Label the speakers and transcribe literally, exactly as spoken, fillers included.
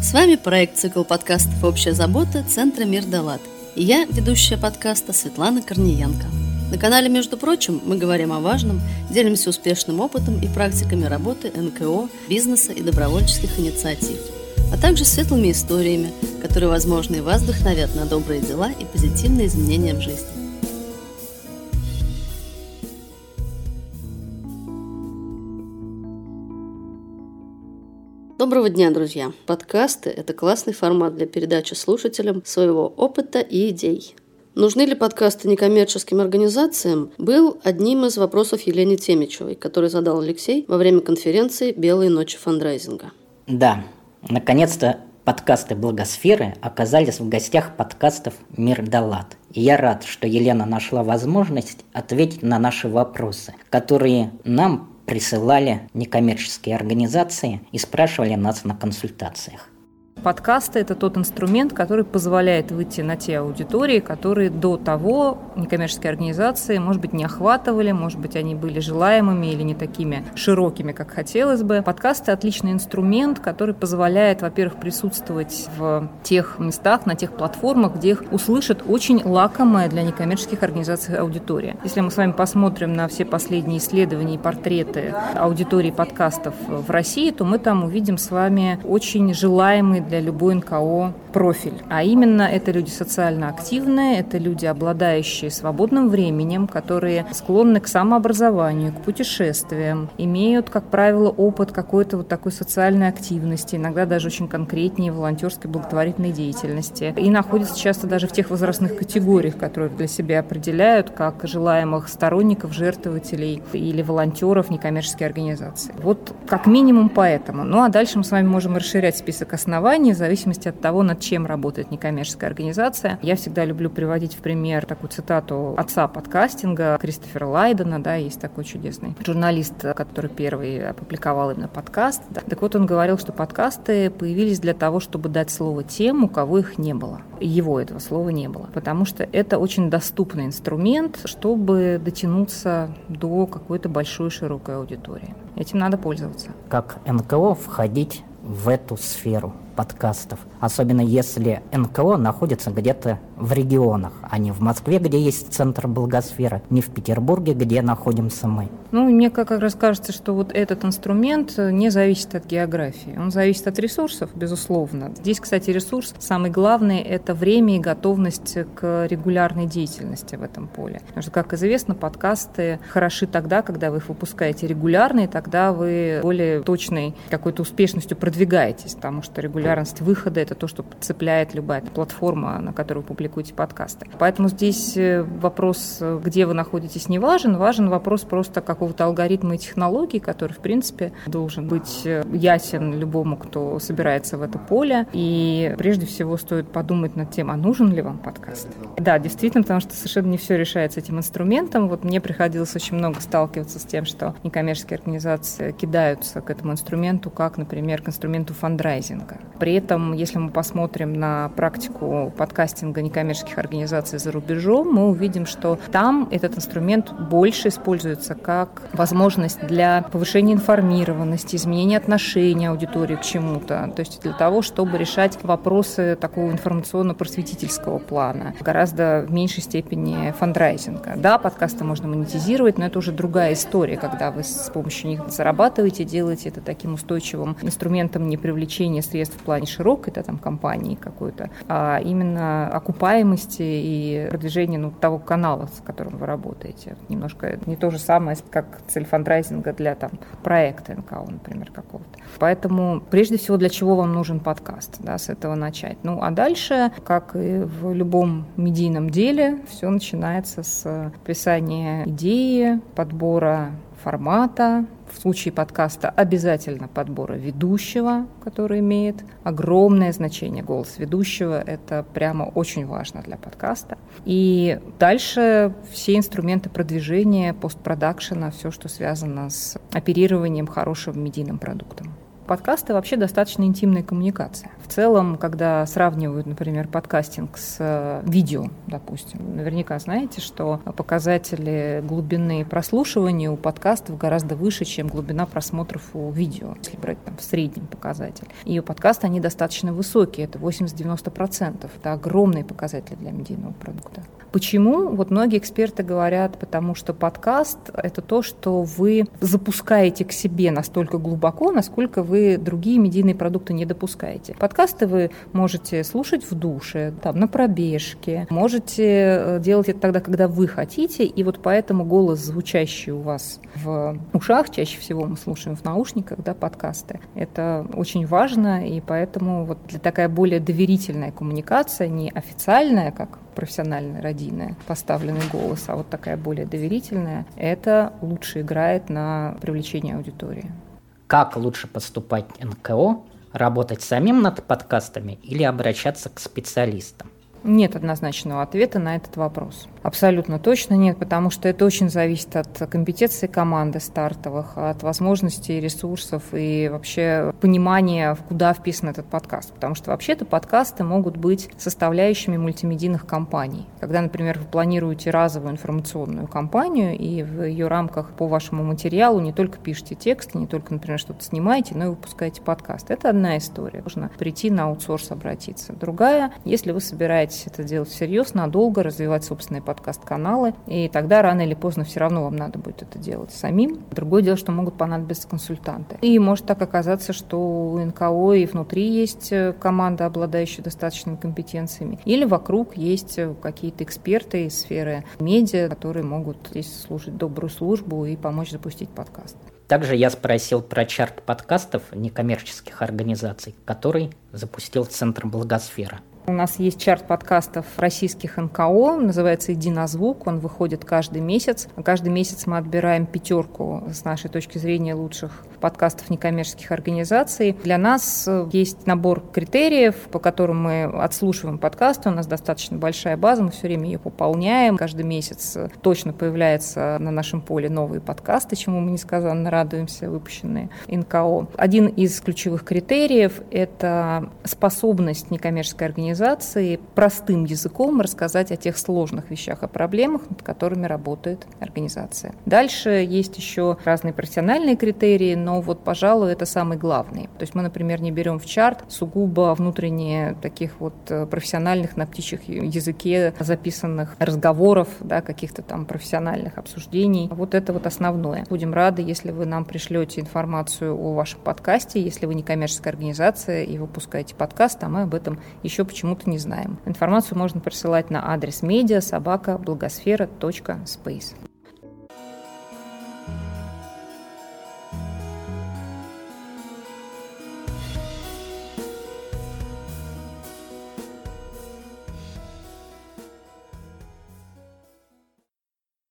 Speaker 1: С вами проект «Цикл подкастов «Общая забота» Центра «Мир Далат». И я, ведущая подкаста Светлана Корниенко. На канале, между прочим, мы говорим о важном, делимся успешным опытом и практиками работы эн ка о, бизнеса и добровольческих инициатив, а также светлыми историями, которые, возможно, и вас вдохновят на добрые дела и позитивные изменения в жизни. Доброго дня, друзья! Подкасты – это классный формат для передачи слушателям своего опыта и идей. Нужны ли подкасты некоммерческим организациям, был одним из вопросов Елены Темичевой, который задал Алексей во время конференции «Белые ночи фандрайзинга».
Speaker 2: Да, наконец-то подкасты Благосферы оказались в гостях подкастов «Мир Далат». И я рад, что Елена нашла возможность ответить на наши вопросы, которые нам присылали некоммерческие организации и спрашивали нас на консультациях.
Speaker 3: Подкасты – это тот инструмент, который позволяет выйти на те аудитории, которые до того некоммерческие организации, может быть, не охватывали, может быть, они были желаемыми или не такими широкими, как хотелось бы. Подкасты – отличный инструмент, который позволяет, во-первых, присутствовать в тех местах, на тех платформах, где их услышит очень лакомая для некоммерческих организаций аудитория. Если мы с вами посмотрим на все последние исследования и портреты аудитории подкастов в России, то мы там увидим с вами очень желаемый для любой эн ка о профиль. А именно это люди социально активные, это люди, обладающие свободным временем, которые склонны к самообразованию, к путешествиям, имеют, как правило, опыт какой-то вот такой социальной активности, иногда даже очень конкретнее волонтерской благотворительной деятельности. И находятся часто даже в тех возрастных категориях, которые для себя определяют как желаемых сторонников, жертвователей или волонтеров некоммерческой организации. Вот как минимум поэтому. Ну а дальше мы с вами можем расширять список оснований, в зависимости от того, над чем работает некоммерческая организация. Я всегда люблю приводить в пример такую цитату отца подкастинга Кристофера Лайдена, да, есть такой чудесный журналист, который первый опубликовал именно подкаст. Да. Так вот, он говорил, что подкасты появились для того, чтобы дать слово тем, у кого их не было. Его этого слова не было, потому что это очень доступный инструмент, чтобы дотянуться до какой-то большой широкой аудитории. Этим надо пользоваться.
Speaker 2: Как эн ка о входить в эту сферу подкастов, особенно если эн ка о находится где-то в регионах, а не в Москве, где есть центр Благосферы, не в Петербурге, где находимся мы.
Speaker 3: Ну, мне как раз кажется, что вот этот инструмент не зависит от географии, он зависит от ресурсов, безусловно. Здесь, кстати, ресурс самый главный – это время и готовность к регулярной деятельности в этом поле. Потому что, как известно, подкасты хороши тогда, когда вы их выпускаете регулярно, и тогда вы более точной какой-то успешностью продвигаетесь, потому что регулярно Регулярность выхода – это то, что цепляет любая платформа, на которой вы публикуете подкасты. Поэтому здесь вопрос, где вы находитесь, не важен. Важен вопрос просто какого-то алгоритма и технологий, который, в принципе, должен быть ясен любому, кто собирается в это поле. И прежде всего стоит подумать над тем, а нужен ли вам подкаст. Да, действительно, потому что совершенно не все решается этим инструментом. Вот мне приходилось очень много сталкиваться с тем, что некоммерческие организации кидаются к этому инструменту, как, например, к инструменту фандрайзинга. При этом, если мы посмотрим на практику подкастинга некоммерческих организаций за рубежом, мы увидим, что там этот инструмент больше используется как возможность для повышения информированности, изменения отношения аудитории к чему-то, то есть для того, чтобы решать вопросы такого информационно-просветительского плана, гораздо в меньшей степени фандрайзинга. Да, подкасты можно монетизировать, но это уже другая история, когда вы с помощью них зарабатываете, делаете это таким устойчивым инструментом не привлечения средств в плане широкой да, там, компании какой-то, а именно окупаемости и продвижения ну, того канала, с которым вы работаете. Немножко не то же самое, как цель фандрайзинга для там, проекта эн ка о, например, какого-то. Поэтому прежде всего, для чего вам нужен подкаст, да, с этого начать. Ну, а дальше, как и в любом медийном деле, все начинается с описания идеи, подбора формата, в случае подкаста обязательно подбора ведущего, который имеет огромное значение. Голос ведущего – это прямо очень важно для подкаста. И дальше все инструменты продвижения, постпродакшена, все, что связано с оперированием хорошим медийным продуктом. Подкасты вообще достаточно интимная коммуникация. В целом, когда сравнивают, например, подкастинг с видео, допустим, наверняка знаете, что показатели глубины прослушивания у подкастов гораздо выше, чем глубина просмотров у видео, если брать там в среднем показатель. И у подкаста они достаточно высокие, это восемьдесят-девяносто процентов. Это огромные показатели для медийного продукта. Почему? Вот многие эксперты говорят, потому что подкаст – это то, что вы запускаете к себе настолько глубоко, насколько вы другие медийные продукты не допускаете. Подкасты вы можете слушать в душе, там, на пробежке, можете делать это тогда, когда вы хотите, и вот поэтому голос, звучащий у вас в ушах, чаще всего мы слушаем в наушниках, да, подкасты. Это очень важно, и поэтому вот для такая более доверительная коммуникация, не официальная, как профессиональная, радийная, поставленный голос, а вот такая более доверительная, это лучше играет на привлечение аудитории.
Speaker 2: Как лучше поступать эн ка о? Работать самим над подкастами или обращаться к специалистам?
Speaker 3: Нет однозначного ответа на этот вопрос. Абсолютно точно нет, потому что это очень зависит от компетенции команды стартовых, от возможностей, ресурсов и вообще понимания, куда вписан этот подкаст. Потому что вообще-то подкасты могут быть составляющими мультимедийных кампаний. Когда, например, вы планируете разовую информационную кампанию и в ее рамках по вашему материалу не только пишете тексты, не только, например, что-то снимаете, но и выпускаете подкаст. Это одна история. Можно прийти на аутсорс, обратиться. Другая, если вы собираетесь это делать всерьез, надолго, развивать собственные подкаст-каналы, и тогда рано или поздно все равно вам надо будет это делать самим. Другое дело, что могут понадобиться консультанты. И может так оказаться, что у эн ка о и внутри есть команда, обладающая достаточными компетенциями, или вокруг есть какие-то эксперты из сферы медиа, которые могут здесь служить добрую службу и помочь запустить подкаст.
Speaker 2: Также я спросил про чарт подкастов некоммерческих организаций, который запустил Центр Благосфера.
Speaker 3: У нас есть чарт подкастов российских эн ка о, называется «Единозвук», он выходит каждый месяц. Каждый месяц мы отбираем пятерку, с нашей точки зрения, лучших подкастов некоммерческих организаций. Для нас есть набор критериев, по которым мы отслушиваем подкасты. У нас достаточно большая база, мы все время ее пополняем. Каждый месяц точно появляются на нашем поле новые подкасты, чему мы несказанно радуемся, выпущенные эн ка о. Один из ключевых критериев – это способность некоммерческой организации простым языком рассказать о тех сложных вещах и проблемах, над которыми работает организация. Дальше есть еще разные профессиональные критерии, но вот, пожалуй, это самый главный. То есть мы, например, не берем в чарт сугубо внутренние таких вот профессиональных на птичьем языке записанных разговоров, да, каких-то там профессиональных обсуждений. Вот это вот основное. Будем рады, если вы нам пришлете информацию о вашем подкасте, если вы некоммерческая организация и выпускаете подкаст, а мы об этом еще почему почему-то не знаем. Информацию можно присылать на адрес медиа собака благосфера точка спейс.